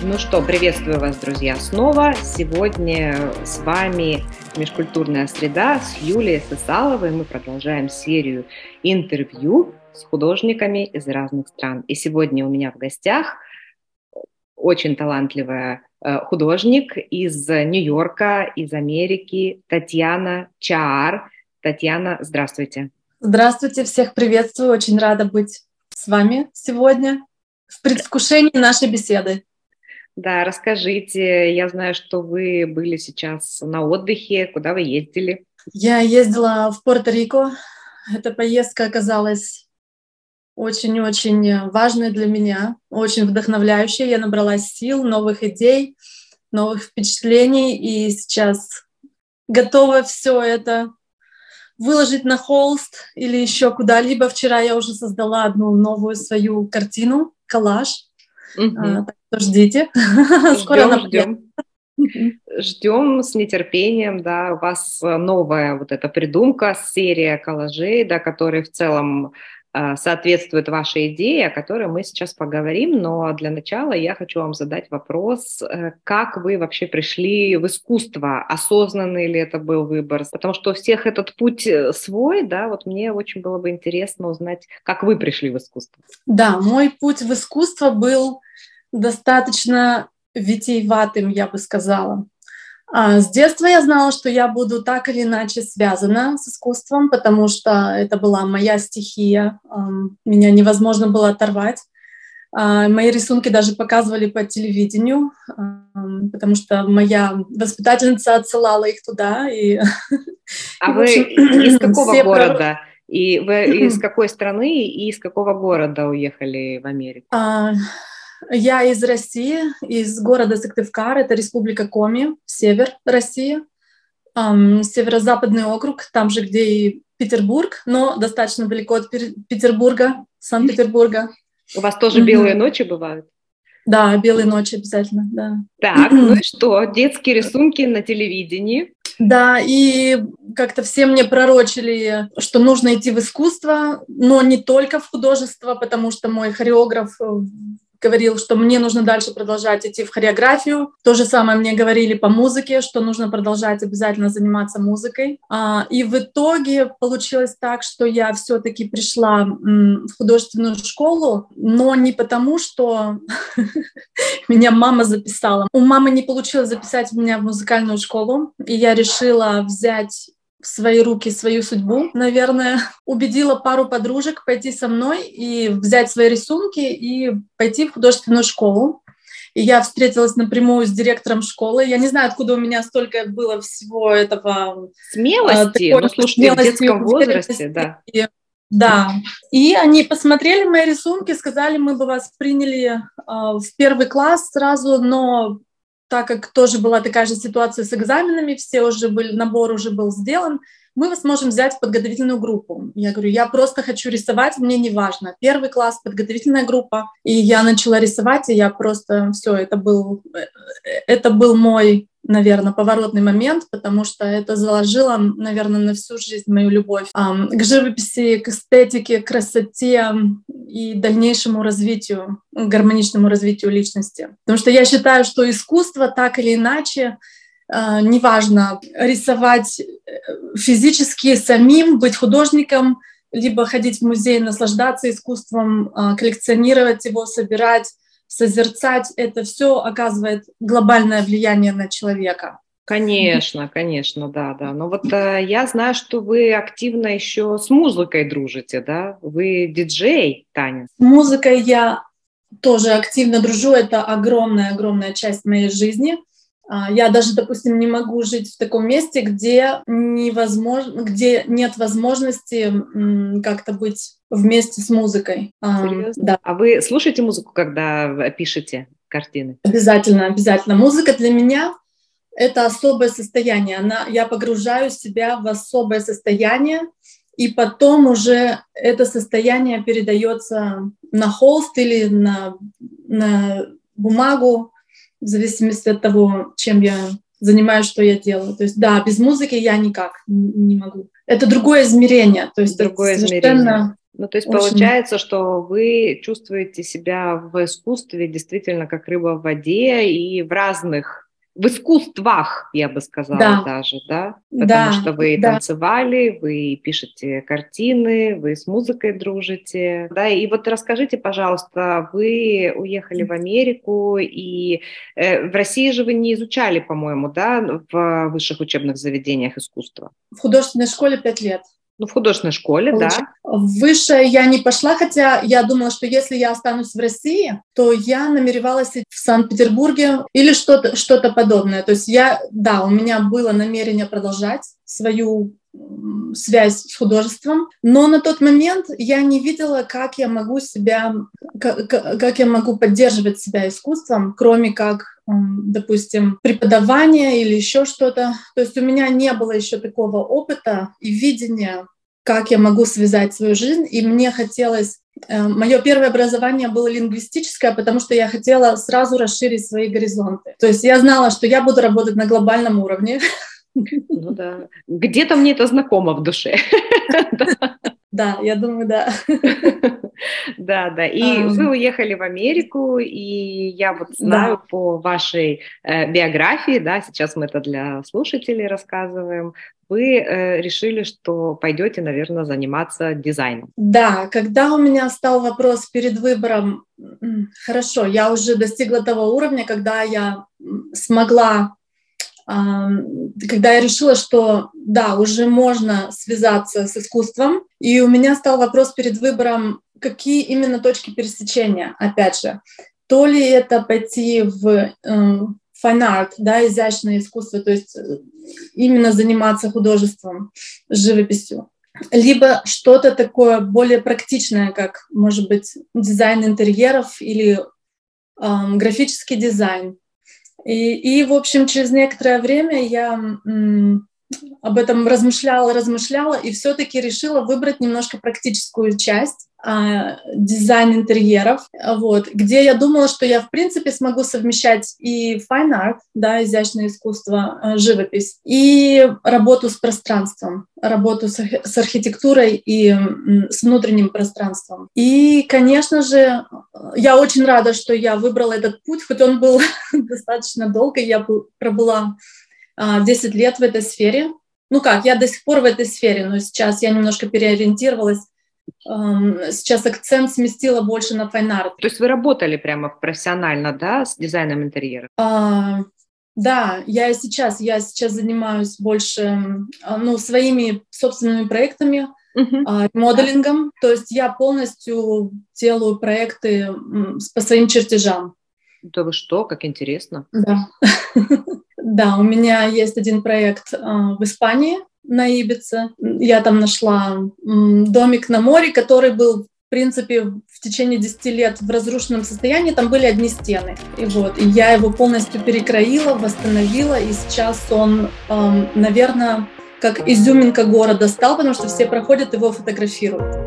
Ну что, приветствую вас, друзья, снова. Сегодня с вами «Межкультурная среда» с Юлией Сысаловой. Мы продолжаем серию интервью с художниками из разных стран. И сегодня у меня в гостях очень талантливая художник из Нью-Йорка, из Америки, Татьяна Чаар. Татьяна, здравствуйте. Здравствуйте, всех приветствую. Очень рада быть с вами сегодня в предвкушении нашей беседы. Да, расскажите. Я знаю, что вы были сейчас на отдыхе. Куда вы ездили? Я ездила в Пуэрто-Рико. Эта поездка оказалась очень-очень важной для меня, очень вдохновляющей. Я набралась сил, новых идей, новых впечатлений, и сейчас готова все это выложить на холст или еще куда-либо. Вчера я уже создала одну новую свою картину, коллаж. Так что ждите. Скоро ждем. Ждем с нетерпением, да. У вас новая вот эта придумка, серия коллажей, да, которые в целом соответствуют вашей идее, о которой мы сейчас поговорим. Но для начала я хочу вам задать вопрос, как вы вообще пришли в искусство? Осознанный ли это был выбор? Потому что у всех этот путь свой, да, вот мне очень было бы интересно узнать, как вы пришли в искусство. Да, мой путь в искусство был достаточно витиеватым, я бы сказала. С детства я знала, что я буду так или иначе связана с искусством, потому что это была моя стихия, меня невозможно было оторвать. Мои рисунки даже показывали по телевидению, потому что моя воспитательница отсылала их туда. Вы из какого города? И вы из какой страны и из какого города уехали в Америку? Я из России, из города Сыктывкар, это республика Коми, север России, северо-западный округ, там же, где и Петербург, но достаточно далеко от Петербурга, Санкт-Петербурга. У вас тоже белые ночи бывают? Да, белые ночи обязательно, да. Так, ну и что? Детские рисунки на телевидении? Да, и как-то все мне пророчили, что нужно идти в искусство, но не только в художество, потому что мой хореограф говорил, что мне нужно дальше продолжать идти в хореографию. То же самое мне говорили по музыке, что нужно продолжать обязательно заниматься музыкой. И в итоге получилось так, что я все-таки пришла в художественную школу, но не потому, что меня мама записала. У мамы не получилось записать меня в музыкальную школу, и я решила взять в свои руки свою судьбу, наверное. Убедила пару подружек пойти со мной и взять свои рисунки и пойти в художественную школу. И я встретилась напрямую с директором школы. Я не знаю, откуда у меня столько было всего этого... Смелости? Ну, слушайте, в детском возрасте, да. Да. И они посмотрели мои рисунки, сказали, мы бы вас приняли в первый класс сразу, но так как тоже была такая же ситуация с экзаменами, все уже были, набор уже был сделан, мы вас можем взять в подготовительную группу. Я говорю, я просто хочу рисовать, мне не важно. Первый класс, подготовительная группа. И я начала рисовать, и я просто все, это был мой, наверное, поворотный момент, потому что это заложило, наверное, на всю жизнь мою любовь к живописи, к эстетике, к красоте и дальнейшему развитию, гармоничному развитию личности. Потому что я считаю, что искусство так или иначе, неважно, рисовать физически самим, быть художником, либо ходить в музей, наслаждаться искусством, коллекционировать его, собирать, созерцать, это все оказывает глобальное влияние на человека. Конечно, конечно, да. Но вот я знаю, что вы активно еще с музыкой дружите, да? Вы диджей, Таня? С музыкой я тоже активно дружу, это огромная часть моей жизни. Я даже, допустим, не могу жить в таком месте, где нет возможности как-то быть вместе с музыкой. Серьезно? Да. А вы слушаете музыку, когда пишете картины? Обязательно. Музыка для меня — это особое состояние. Я погружаю себя в особое состояние, и потом уже это состояние передается на холст или на бумагу, в зависимости от того, чем я занимаюсь, что я делаю. То есть, да, без музыки я никак не могу. Это другое измерение. То есть другое это совершенно Ну, то есть Очень. получается, что вы чувствуете себя в искусстве действительно как рыба в воде и в искусствах, я бы сказала Да, даже, да? Потому да, что вы да. танцевали, вы пишете картины, вы с музыкой дружите, да? И вот расскажите, пожалуйста, вы уехали в Америку, и в России же вы не изучали, по-моему, да, в высших учебных заведениях искусства? В художественной школе 5 лет. Ну, в художественной школе, да. В высшее я не пошла, хотя я думала, что если я останусь в России, то я намеревалась идти в Санкт-Петербурге или что-то подобное. То есть да, у меня было намерение продолжать свою связь с художеством, но на тот момент я не видела, как я могу поддерживать себя искусством, кроме как, допустим, преподавание или еще что-то. То есть у меня не было еще такого опыта и видения, как я могу связать свою жизнь. И мне хотелось... Мое первое образование было лингвистическое, потому что я хотела сразу расширить свои горизонты. То есть я знала, что я буду работать на глобальном уровне. Ну да. Где-то мне это знакомо в душе. Да, я думаю, да. Да, да. И вы уехали в Америку, и я вот знаю Да. по вашей биографии, да, сейчас мы это для слушателей рассказываем, вы решили, что пойдете, наверное, заниматься дизайном. Да, когда у меня стал вопрос перед выбором, хорошо, я уже достигла того уровня, когда я смогла, когда я решила, что да, уже можно связаться с искусством, и у меня стал вопрос перед выбором, какие именно точки пересечения, опять же. То ли это пойти в fine art, да, изящное искусство, то есть именно заниматься художеством, живописью, либо что-то такое более практичное, как, может быть, дизайн интерьеров или графический дизайн. И, в общем, через некоторое время я об этом размышляла, и все-таки решила выбрать немножко практическую часть, дизайн интерьеров, вот, где я думала, что я, в принципе, смогу совмещать и fine art, да, изящное искусство, живопись, и работу с пространством, работу с архитектурой и с внутренним пространством. И, конечно же, я очень рада, что я выбрала этот путь, хоть он был достаточно долго, я пробыла 10 лет в этой сфере. Ну как, я до сих пор в этой сфере, но сейчас я немножко переориентировалась. Сейчас акцент сместила больше на fine art. То есть вы работали прямо профессионально, да, с дизайном интерьера? Да, я сейчас занимаюсь больше своими собственными проектами, моделингом. То есть я полностью делаю проекты по своим чертежам. Да вы что, как интересно. Да. Да, у меня есть один проект в Испании, на Ибице. Я там нашла домик на море, который был, в принципе, в течение 10 лет в разрушенном состоянии. Там были одни стены. И я его полностью перекроила, восстановила, и сейчас он, наверное, как изюминка города стал, потому что все проходят, его фотографируют.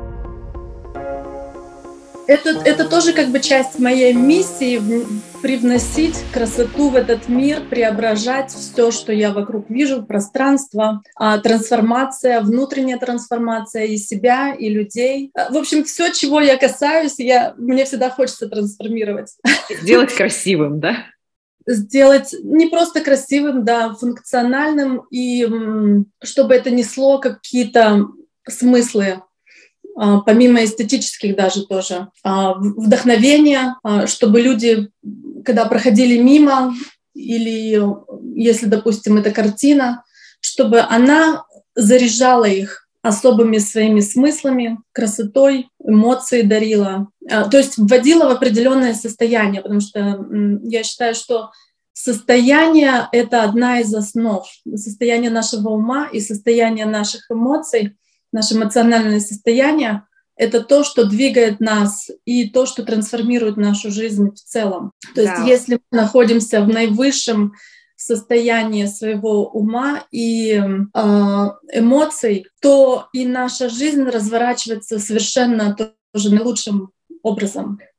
Это тоже как бы часть моей миссии — привносить красоту в этот мир, преображать все, что я вокруг вижу, пространство, трансформация, внутренняя трансформация и себя, и людей. В общем, все, чего я касаюсь, мне всегда хочется трансформировать. Сделать красивым, да? Сделать не просто красивым, да, функциональным, и чтобы это несло какие-то смыслы, помимо эстетических даже тоже, вдохновения, чтобы люди, когда проходили мимо, или если, допустим, это картина, чтобы она заряжала их особыми своими смыслами, красотой, эмоции дарила, то есть вводила в определенное состояние, потому что я считаю, что состояние — это одна из основ, состояние нашего ума и состояние наших эмоций. Наше эмоциональное состояние — это то, что двигает нас, и то, что трансформирует нашу жизнь в целом. То есть если мы находимся в наивысшем состоянии своего ума и эмоций, то и наша жизнь разворачивается совершенно тоже наилучшим образом.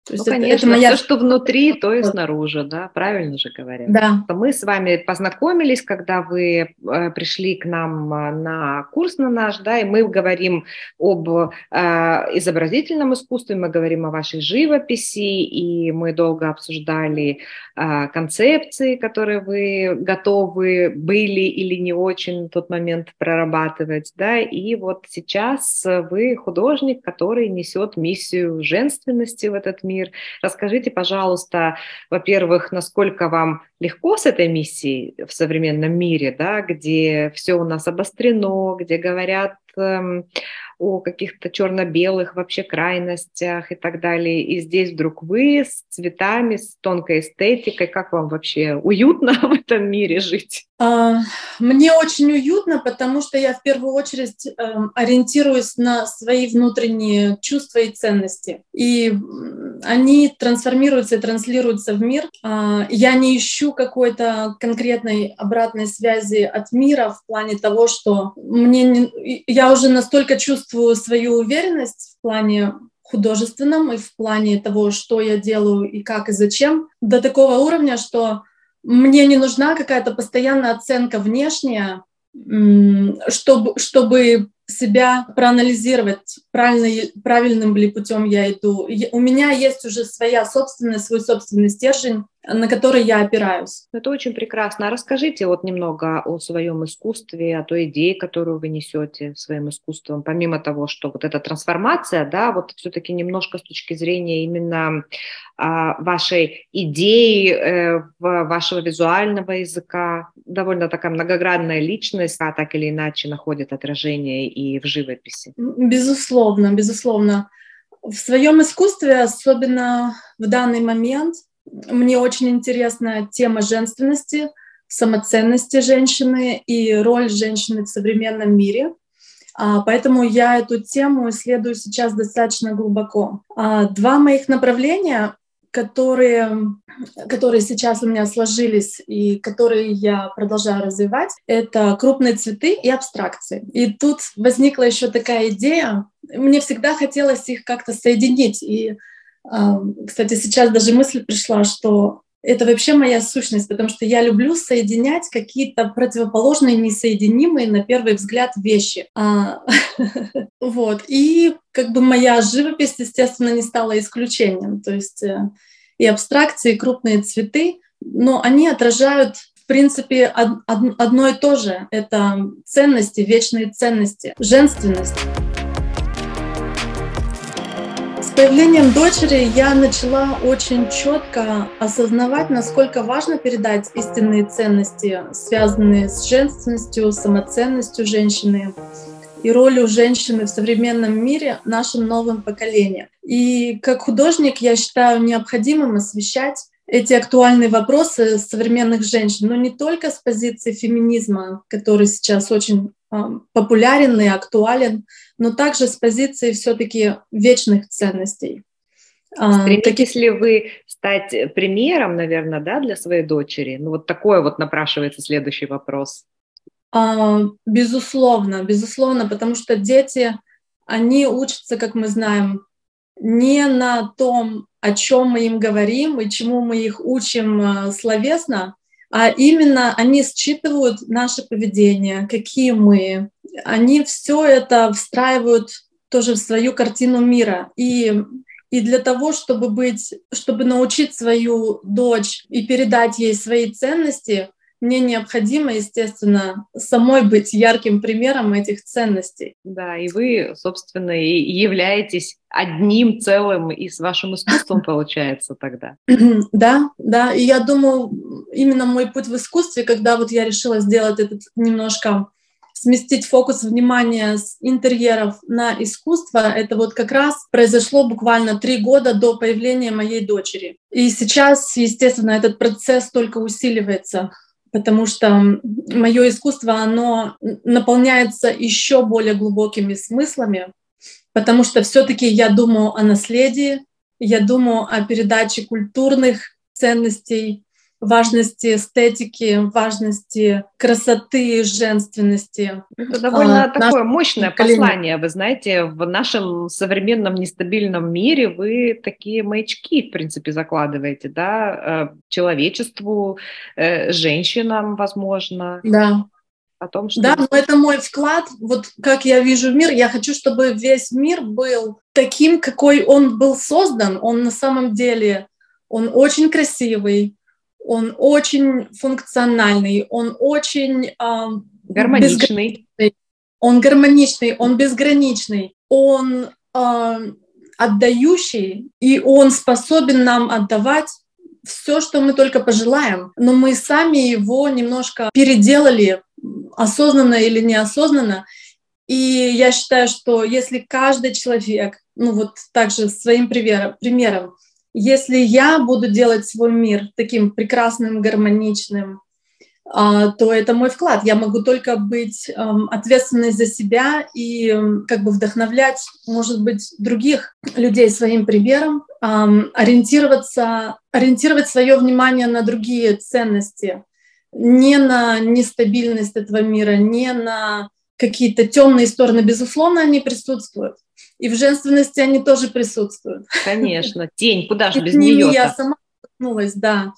То Ну, есть это конечно, моя... все, что внутри, то и снаружи, да, правильно же говорят. Да. Мы с вами познакомились, когда вы пришли к нам на курс на наш, да, и мы говорим об изобразительном искусстве, мы говорим о вашей живописи, и мы долго обсуждали концепции, которые вы готовы были или не очень в тот момент прорабатывать, да, и вот сейчас вы художник, который несет миссию женственности в этот мир. Расскажите, пожалуйста, во-первых, насколько вам легко с этой миссией в современном мире, да, где все у нас обострено, где говорят о каких-то черно-белых вообще крайностях и так далее. И здесь вдруг вы с цветами, с тонкой эстетикой. Как вам вообще уютно в этом мире жить? Мне очень уютно, потому что я в первую очередь ориентируюсь на свои внутренние чувства и ценности. И они трансформируются и транслируются в мир. Я не ищу какой-то конкретной обратной связи от мира в плане того, что я уже настолько чувствую свою уверенность в плане художественном и в плане того, что я делаю и как и зачем, до такого уровня, что мне не нужна какая-то постоянная оценка внешняя, чтобы себя проанализировать, правильным ли путем я иду. У меня есть уже свой собственный стержень, на который я опираюсь. Это очень прекрасно. А расскажите вот немного о своем искусстве, о той идее, которую вы несете своим искусством, помимо того, что вот эта трансформация, да, вот все-таки немножко с точки зрения именно вашей идеи, вашего визуального языка, довольно такая многогранная личность, так или иначе находит отражение и в живописи. Безусловно, безусловно. В своем искусстве, особенно в данный момент, мне очень интересна тема женственности, самоценности женщины и роль женщины в современном мире. Поэтому я эту тему исследую сейчас достаточно глубоко. Два моих направления, которые сейчас у меня сложились и которые я продолжаю развивать, это крупные цветы и абстракции. И тут возникла еще такая идея. Мне всегда хотелось их как-то соединить. И, кстати, сейчас даже мысль пришла, что это вообще моя сущность, потому что я люблю соединять какие-то противоположные, несоединимые на первый взгляд вещи. Вот. И как бы моя живопись, естественно, не стала исключением. То есть и абстракции, и крупные цветы, но они отражают, в принципе, одно и то же. Это ценности, вечные ценности, женственность. С появлением дочери я начала очень четко осознавать, насколько важно передать истинные ценности, связанные с женственностью, самоценностью женщины и ролью женщины в современном мире нашим новым поколениям. И как художник я считаю необходимым освещать эти актуальные вопросы современных женщин, но не только с позиции феминизма, который сейчас очень популярен и актуален, но также с позиции все-таки вечных ценностей. Стремитесь ли вы стать примером, наверное, да, для своей дочери? Ну вот такой вот напрашивается следующий вопрос. Безусловно, безусловно, потому что дети, они учатся, как мы знаем, не на том, о чем мы им говорим и чему мы их учим словесно, а именно они считывают наше поведение, какие мы. Они все это встраивают тоже в свою картину мира. И для того, чтобы научить свою дочь и передать ей свои ценности, мне необходимо, естественно, самой быть ярким примером этих ценностей. Да, и вы, собственно, и являетесь одним целым и с вашим искусством, получается, тогда. Да, да. И я думаю, именно мой путь в искусстве, когда вот я решила сделать этот немножко, сместить фокус внимания с интерьеров на искусство, это вот как раз произошло буквально 3 года до появления моей дочери. И сейчас, естественно, этот процесс только усиливается, потому что мое искусство, оно наполняется еще более глубокими смыслами, потому что все-таки я думаю о наследии, я думаю о передаче культурных ценностей, важности эстетики, важности красоты, женственности. Это довольно такое нашего мощное поколения. послание. Вы знаете, в нашем современном нестабильном мире вы такие маячки, в принципе, закладываете, да, человечеству, женщинам, возможно, Да. о том, что Да, но действительно... это мой вклад. Вот как я вижу мир, я хочу, чтобы весь мир был таким, какой он был создан. Он на самом деле, он очень красивый, он очень функциональный, он очень Гармоничный. безграничный, он гармоничный, он безграничный, он отдающий, и он способен нам отдавать все, что мы только пожелаем. Но мы сами его немножко переделали, осознанно или неосознанно. И я считаю, что если каждый человек, ну вот также своим примером, если я буду делать свой мир таким прекрасным, гармоничным, то это мой вклад. Я могу только быть ответственной за себя и как бы вдохновлять, может быть, других людей своим примером, ориентировать свое внимание на другие ценности, не на нестабильность этого мира, не на какие-то темные стороны. Безусловно, они присутствуют. И в женственности они тоже присутствуют. Конечно, тень, куда же И без с ними я нее-то? сама столкнулась, да.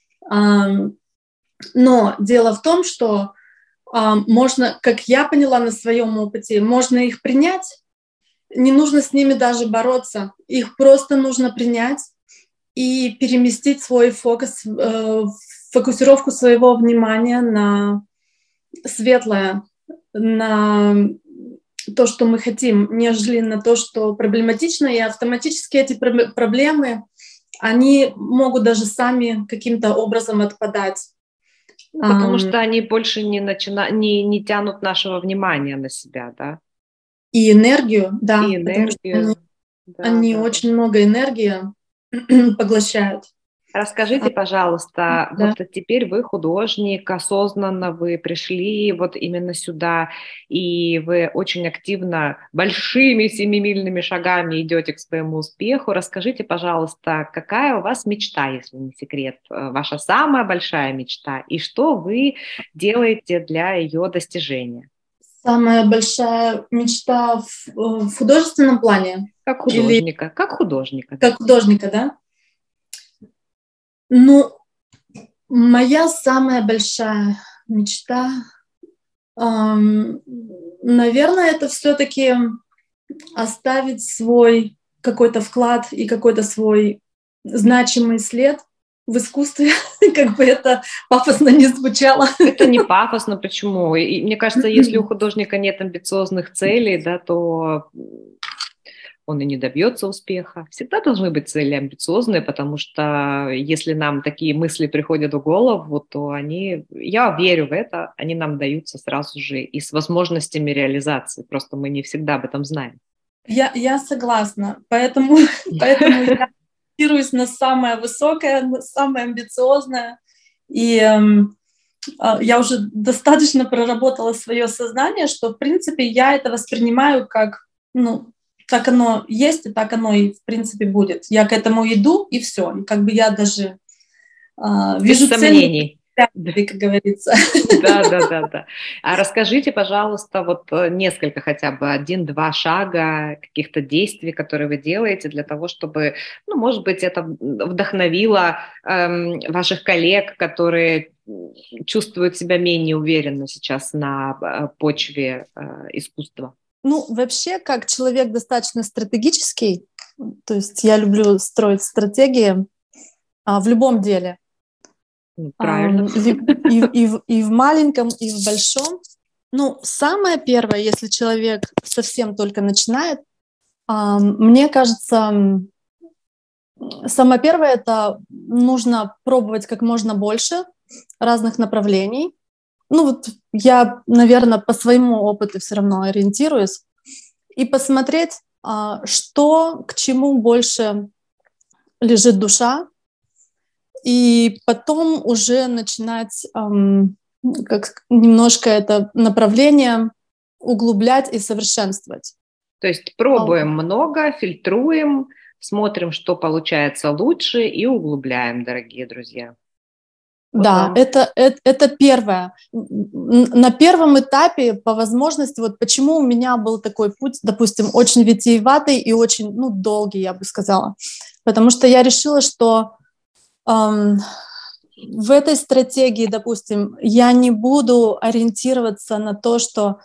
Но дело в том, что можно, как я поняла на своем опыте, можно их принять, не нужно с ними даже бороться, их просто нужно принять и переместить свой фокус, фокусировку своего внимания на светлое, на то, что мы хотим, нежели на то, что проблематично, и автоматически эти проблемы, они могут даже сами каким-то образом отпадать. Ну, потому что они больше не тянут нашего внимания на себя, да? И энергию, да, И потому что они, энергию. Да, они да, да. очень много энергии поглощают. Расскажите, пожалуйста, Да. вот теперь вы художник, осознанно вы пришли вот именно сюда, и вы очень активно, большими семимильными шагами идете к своему успеху. Расскажите, пожалуйста, какая у вас мечта, если не секрет, ваша самая большая мечта, и что вы делаете для ее достижения? Самая большая мечта в художественном плане Как или художника, как художника, да. как художника, да? Ну, моя самая большая мечта, наверное, это все-таки оставить свой какой-то вклад и какой-то свой значимый след в искусстве, как бы это пафосно не звучало. Это не пафосно, почему? И мне кажется, если у художника нет амбициозных целей, да, то он и не добьется успеха. Всегда должны быть цели амбициозные, потому что если нам такие мысли приходят в голову, то они, я верю в это, они нам даются сразу же и с возможностями реализации. Просто мы не всегда об этом знаем. Я согласна, поэтому я ориентируюсь на самое высокое, на самое амбициозное. И я уже достаточно проработала свое сознание, что, в принципе, я это воспринимаю как, ну, так оно есть, и так оно и, в принципе, будет. Я к этому иду, и все. И как бы я даже Без вижу цель, сомнений. как говорится. Да, да, да, да. А расскажите, пожалуйста, вот несколько хотя бы, один-два шага, каких-то действий, которые вы делаете для того, чтобы, ну, может быть, это вдохновило ваших коллег, которые чувствуют себя менее уверенно сейчас на почве искусства. Ну, вообще, как человек достаточно стратегический, то есть я люблю строить стратегии в любом деле. Правильно. И в маленьком, и в большом. Ну, самое первое, если человек совсем только начинает, мне кажется, самое первое — это нужно пробовать как можно больше разных направлений. Ну вот я, наверное, по своему опыту все равно ориентируюсь. И посмотреть, что к чему больше лежит душа, и потом уже начинать как немножко это направление углублять и совершенствовать. То есть пробуем много, фильтруем, смотрим, что получается лучше, и углубляем, дорогие друзья. Да, это первое. На первом этапе, по возможности, вот почему у меня был такой путь, допустим, очень витиеватый и очень, долгий, я бы сказала. Потому что я решила, что в этой стратегии, допустим, я не буду ориентироваться на то, что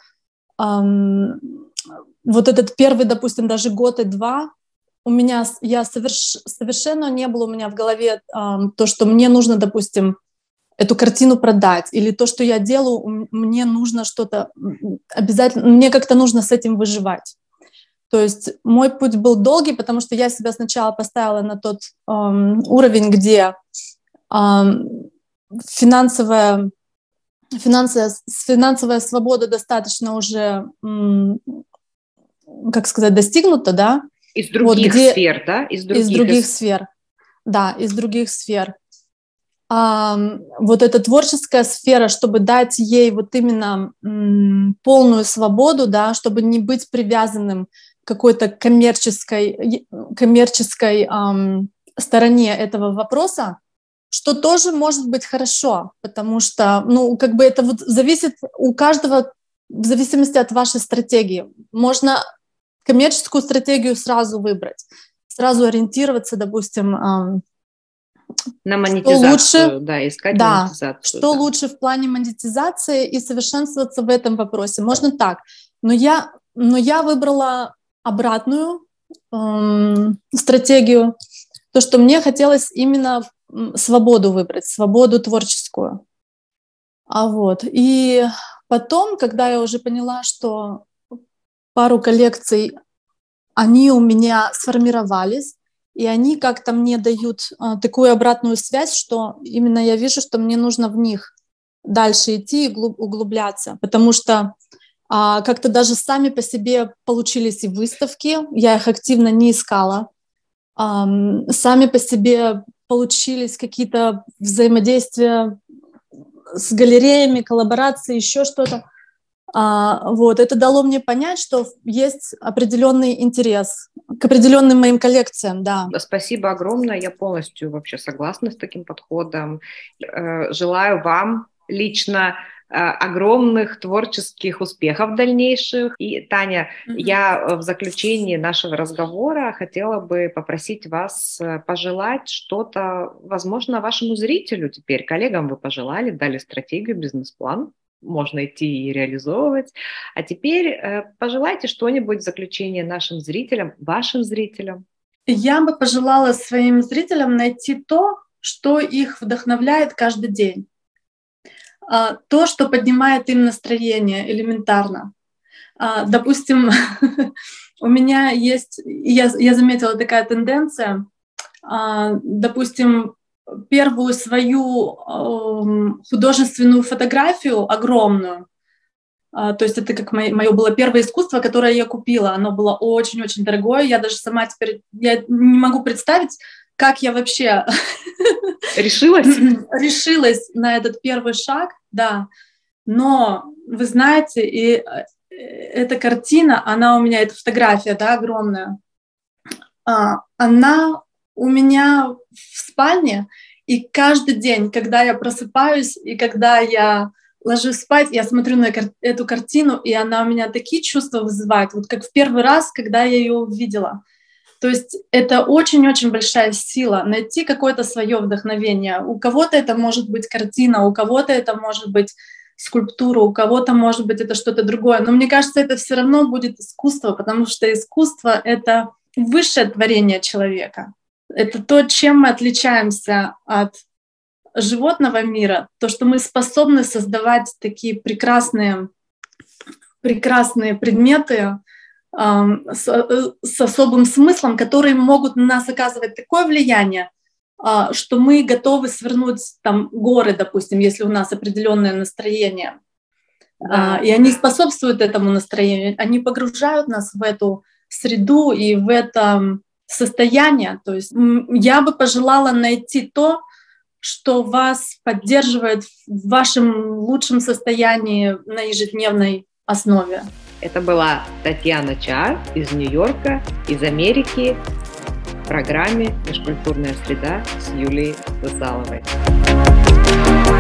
вот этот первый, допустим, даже год и два, совершенно не было у меня в голове то, что мне нужно, допустим, эту картину продать, или то, что я делаю, мне нужно что-то обязательно, мне как-то нужно с этим выживать. То есть мой путь был долгий, потому что я себя сначала поставила на тот уровень, где финансовая свобода достаточно уже, как сказать, достигнута, да? Из других сфер, да? Из других сфер. Да, из других сфер. Вот эта творческая сфера, чтобы дать ей вот именно полную свободу, да, чтобы не быть привязанным к какой-то коммерческой стороне этого вопроса, что тоже может быть хорошо, потому что, это вот зависит у каждого в зависимости от вашей стратегии. Можно коммерческую стратегию сразу выбрать, сразу ориентироваться, допустим, на монетизацию, искать монетизацию. Что лучше в плане монетизации и совершенствоваться в этом вопросе. Можно так, но я выбрала обратную стратегию, то, что мне хотелось именно свободу выбрать, свободу творческую. И потом, когда я уже поняла, что пару коллекций, они у меня сформировались, и они как-то мне дают такую обратную связь, что именно я вижу, что мне нужно в них дальше идти и углубляться, потому что как-то даже сами по себе получились и выставки, я их активно не искала, сами по себе получились какие-то взаимодействия с галереями, коллаборации, еще что-то. Это дало мне понять, что есть определенный интерес к определенным моим коллекциям, да. Спасибо огромное, я полностью вообще согласна с таким подходом. Желаю вам лично огромных творческих успехов дальнейших. И, Таня, я в заключении нашего разговора хотела бы попросить вас пожелать что-то, возможно, вашему зрителю теперь. Коллегам вы пожелали, дали стратегию, бизнес-план. Можно идти и реализовывать. А теперь пожелайте что-нибудь в заключение нашим зрителям, вашим зрителям. Я бы пожелала своим зрителям найти то, что их вдохновляет каждый день. То, что поднимает им настроение элементарно. Допустим, у меня есть, я заметила такая тенденция, допустим, первую свою художественную фотографию огромную, то есть это как мое было первое искусство, которое я купила, оно было очень-очень дорогое, я даже сама теперь я не могу представить, как я вообще решилась на этот первый шаг, да, но вы знаете, и эта картина, она у меня, эта фотография, да, огромная, она у меня в спальне, и каждый день, когда я просыпаюсь и когда я ложусь спать, я смотрю на эту картину, и она у меня такие чувства вызывает, вот как в первый раз, когда я ее увидела. То есть это очень-очень большая сила найти какое-то свое вдохновение. У кого-то это может быть картина, у кого-то это может быть скульптура, у кого-то может быть это что-то другое. Но мне кажется, это все равно будет искусство, потому что искусство — это высшее творение человека. Это то, чем мы отличаемся от животного мира, то, что мы способны создавать такие прекрасные предметы с особым смыслом, которые могут на нас оказывать такое влияние, что мы готовы свернуть там горы, допустим, если у нас определенное настроение. Да. И они способствуют этому настроению, они погружают нас в эту среду и в это состояние. То есть я бы пожелала найти то, что вас поддерживает в вашем лучшем состоянии на ежедневной основе. Это была Татьяна Чар из Нью-Йорка, из Америки. программе «Межкультурная среда» с Юлией Засаловой.